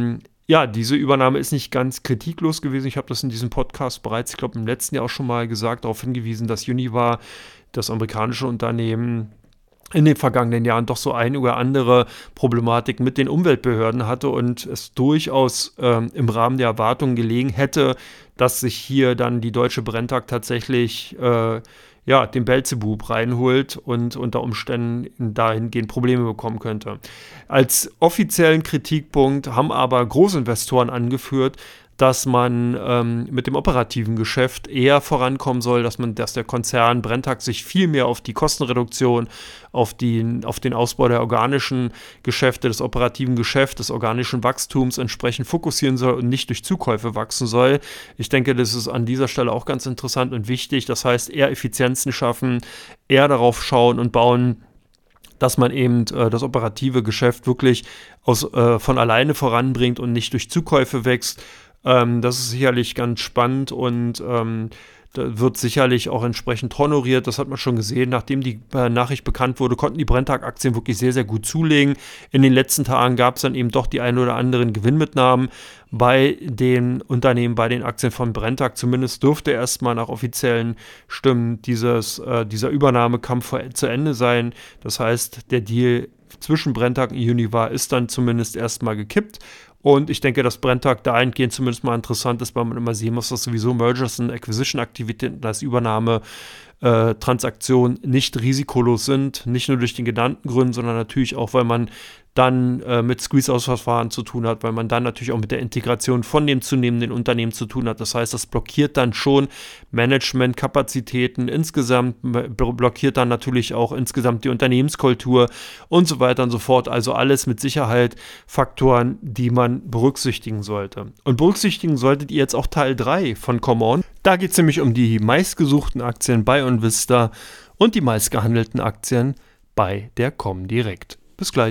ja, diese Übernahme ist nicht ganz kritiklos gewesen. Ich habe das in diesem Podcast bereits, ich glaube, im letzten Jahr auch schon mal gesagt, darauf hingewiesen, dass Univar, das amerikanische Unternehmen, in den vergangenen Jahren doch so eine oder andere Problematik mit den Umweltbehörden hatte und es durchaus ähm, im Rahmen der Erwartungen gelegen hätte, dass sich hier dann die Deutsche Brenntag tatsächlich äh, ja, den Beelzebub reinholt und unter Umständen dahingehend Probleme bekommen könnte. Als offiziellen Kritikpunkt haben aber Großinvestoren angeführt, dass man ähm, mit dem operativen Geschäft eher vorankommen soll, dass man, dass der Konzern Brenntag sich viel mehr auf die Kostenreduktion, auf, die, auf den Ausbau der organischen Geschäfte, des operativen Geschäfts, des organischen Wachstums entsprechend fokussieren soll und nicht durch Zukäufe wachsen soll. Ich denke, das ist an dieser Stelle auch ganz interessant und wichtig. Das heißt, eher Effizienzen schaffen, eher darauf schauen und bauen, dass man eben äh, das operative Geschäft wirklich aus, äh, von alleine voranbringt und nicht durch Zukäufe wächst. Ähm, das ist sicherlich ganz spannend und ähm, da wird sicherlich auch entsprechend honoriert. Das hat man schon gesehen. Nachdem die äh, Nachricht bekannt wurde, konnten die Brenntag-Aktien wirklich sehr, sehr gut zulegen. In den letzten Tagen gab es dann eben doch die ein oder anderen Gewinnmitnahmen bei den Unternehmen, bei den Aktien von Brenntag. Zumindest dürfte erstmal nach offiziellen Stimmen dieses, äh, dieser Übernahmekampf zu Ende sein. Das heißt, der Deal zwischen Brenntag und Univar ist dann zumindest erstmal gekippt. Und ich denke, dass Brenntag dahingehend zumindest mal interessant ist, weil man immer sehen muss, dass sowieso Mergers und Acquisition-Aktivitäten als Übernahme-Transaktionen äh, nicht risikolos sind. Nicht nur durch den genannten Gründen, sondern natürlich auch, weil man dann äh, mit Squeeze-Aus-Verfahren zu tun hat, weil man dann natürlich auch mit der Integration von dem zunehmenden Unternehmen zu tun hat. Das heißt, das blockiert dann schon Managementkapazitäten insgesamt, blockiert dann natürlich auch insgesamt die Unternehmenskultur und so weiter und so fort. Also alles mit Sicherheit Faktoren, die man berücksichtigen sollte. Und berücksichtigen solltet ihr jetzt auch Teil drei von Come On. Da geht es nämlich um die meistgesuchten Aktien bei OnVista und die meistgehandelten Aktien bei der Comdirect. Bis gleich.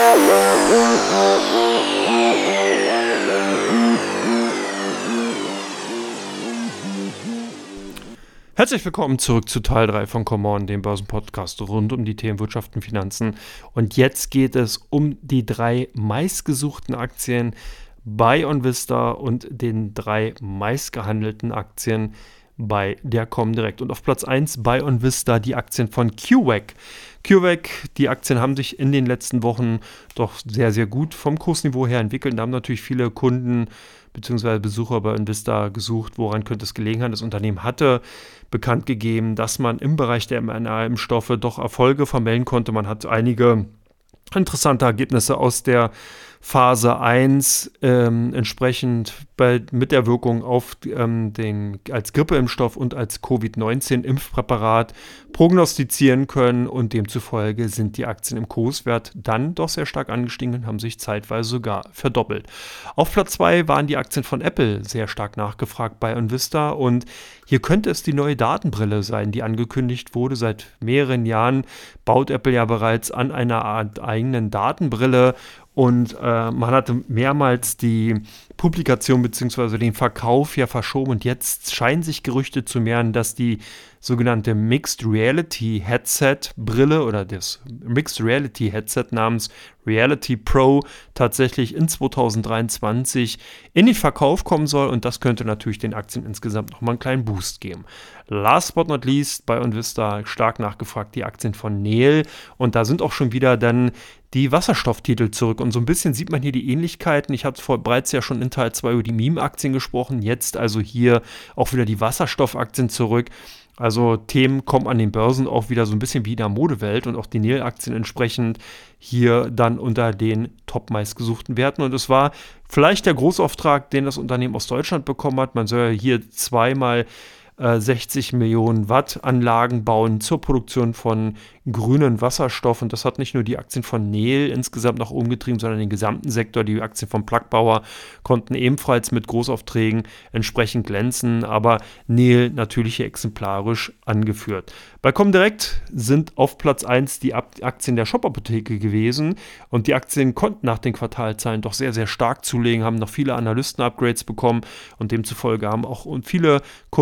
Herzlich willkommen zurück zu Teil drei von Come On, dem Börsenpodcast rund um die Themen Wirtschaft und Finanzen. Und jetzt geht es um die drei meistgesuchten Aktien bei OnVista und den drei meistgehandelten Aktien bei der Comdirect. Und auf Platz eins bei OnVista die Aktien von C U V E C. C U V E C, die Aktien haben sich in den letzten Wochen doch sehr, sehr gut vom Kursniveau her entwickelt. Da haben natürlich viele Kunden bzw. Besucher bei OnVista gesucht, woran könnte es gelegen haben. Das Unternehmen hatte bekannt gegeben, dass man im Bereich der mRNA-Impfstoffe doch Erfolge vermelden konnte. Man hat einige interessante Ergebnisse aus der Phase eins ähm, entsprechend bei, mit der Wirkung auf ähm, den als Grippeimpfstoff und als Covid neunzehn Impfpräparat prognostizieren können und demzufolge sind die Aktien im Kurswert dann doch sehr stark angestiegen und haben sich zeitweise sogar verdoppelt. Auf Platz zwei waren die Aktien von Apple sehr stark nachgefragt bei OnVista und hier könnte es die neue Datenbrille sein, die angekündigt wurde. Seit mehreren Jahren baut Apple ja bereits an einer Art eigenen Datenbrille. Und äh, man hatte mehrmals die Publikation bzw. den Verkauf ja verschoben. Und jetzt scheinen sich Gerüchte zu mehren, dass die sogenannte Mixed Reality Headset Brille oder das Mixed Reality Headset namens Reality Pro tatsächlich in zwanzig dreiundzwanzig in den Verkauf kommen soll. Und das könnte natürlich den Aktien insgesamt nochmal einen kleinen Boost geben. Last but not least bei OnVista stark nachgefragt die Aktien von Nel. Und da sind auch schon wieder dann die Wasserstofftitel zurück. Und so ein bisschen sieht man hier die Ähnlichkeiten. Ich hatte vor bereits ja schon in Teil zwei über die Meme-Aktien gesprochen. Jetzt also hier auch wieder die Wasserstoffaktien zurück. Also Themen kommen an den Börsen auch wieder so ein bisschen wie in der Modewelt und auch die Nel-Aktien entsprechend hier dann unter den top meistgesuchten Werten. Und es war vielleicht der Großauftrag, den das Unternehmen aus Deutschland bekommen hat. Man soll ja hier zweimal sechzig Millionen Watt Anlagen bauen zur Produktion von grünen Wasserstoff. Und das hat nicht nur die Aktien von Nel insgesamt nach oben getrieben, sondern den gesamten Sektor. Die Aktien von Plug Power konnten ebenfalls mit Großaufträgen entsprechend glänzen, aber Nel natürlich hier exemplarisch angeführt. Bei Comdirect sind auf Platz eins die Aktien der Shop-Apotheke gewesen und die Aktien konnten nach den Quartalzahlen doch sehr, sehr stark zulegen, haben noch viele Analysten-Upgrades bekommen und demzufolge haben auch viele Kunden bei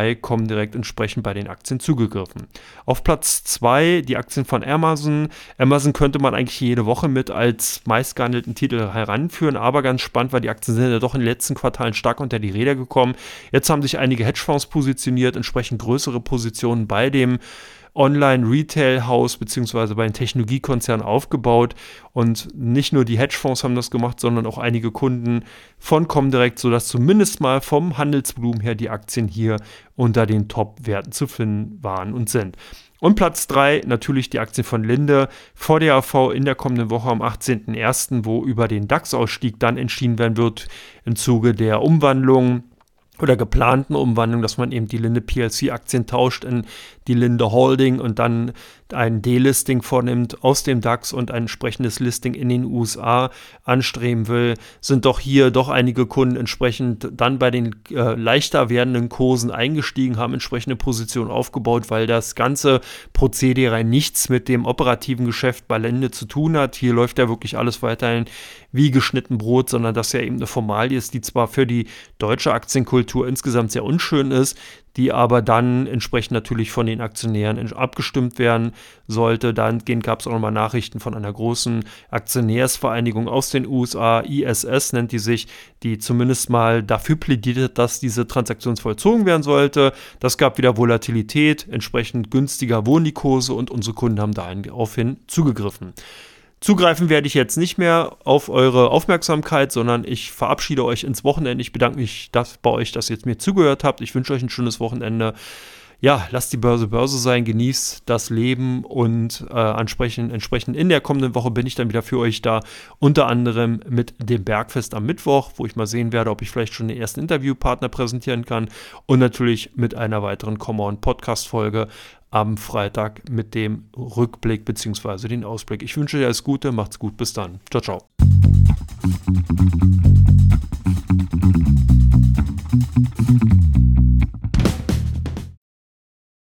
bei Comdirect entsprechend bei den Aktien zugegriffen. Auf Platz zwei die Aktien von Amazon. Amazon könnte man eigentlich jede Woche mit als meistgehandelten Titel heranführen, aber ganz spannend, weil die Aktien sind ja doch in den letzten Quartalen stark unter die Räder gekommen. Jetzt haben sich einige Hedgefonds positioniert, entsprechend größere Positionen bei dem Online-Retail-Haus bzw. bei den Technologiekonzernen aufgebaut, und nicht nur die Hedgefonds haben das gemacht, sondern auch einige Kunden von Comdirect, sodass zumindest mal vom Handelsvolumen her die Aktien hier unter den Top-Werten zu finden waren und sind. Und Platz drei natürlich die Aktien von Linde, V D A V in der kommenden Woche am achtzehnten ersten, wo über den DAX-Ausstieg dann entschieden werden wird im Zuge der Umwandlung oder geplanten Umwandlung, dass man eben die Linde P L C-Aktien tauscht in die Linde Holding und dann ein Delisting vornimmt aus dem DAX und ein entsprechendes Listing in den U S A anstreben will, sind doch hier doch einige Kunden entsprechend dann bei den äh, leichter werdenden Kursen eingestiegen, haben entsprechende Positionen aufgebaut, weil das ganze Prozedere nichts mit dem operativen Geschäft bei Linde zu tun hat. Hier läuft ja wirklich alles weiterhin wie geschnitten Brot, sondern das ja eben eine Formalie ist, die zwar für die deutsche Aktienkultur insgesamt sehr unschön ist, die aber dann entsprechend natürlich von den Aktionären abgestimmt werden sollte. Dahingehend gab es auch nochmal Nachrichten von einer großen Aktionärsvereinigung aus den U S A, I S S nennt die sich, die zumindest mal dafür plädiert, dass diese Transaktion vollzogen werden sollte. Das gab wieder Volatilität, entsprechend günstiger wurden die Kurse und unsere Kunden haben daraufhin zugegriffen. Zugreifen werde ich jetzt nicht mehr auf eure Aufmerksamkeit, sondern ich verabschiede euch ins Wochenende. Ich bedanke mich dass, bei euch, dass ihr jetzt mir zugehört habt. Ich wünsche euch ein schönes Wochenende. Ja, lasst die Börse Börse sein, genießt das Leben und äh, entsprechend, entsprechend in der kommenden Woche bin ich dann wieder für euch da, unter anderem mit dem Bergfest am Mittwoch, wo ich mal sehen werde, ob ich vielleicht schon den ersten Interviewpartner präsentieren kann, und natürlich mit einer weiteren Come On Podcast-Folge am Freitag mit dem Rückblick bzw. den Ausblick. Ich wünsche dir alles Gute, macht's gut, bis dann. Ciao, ciao.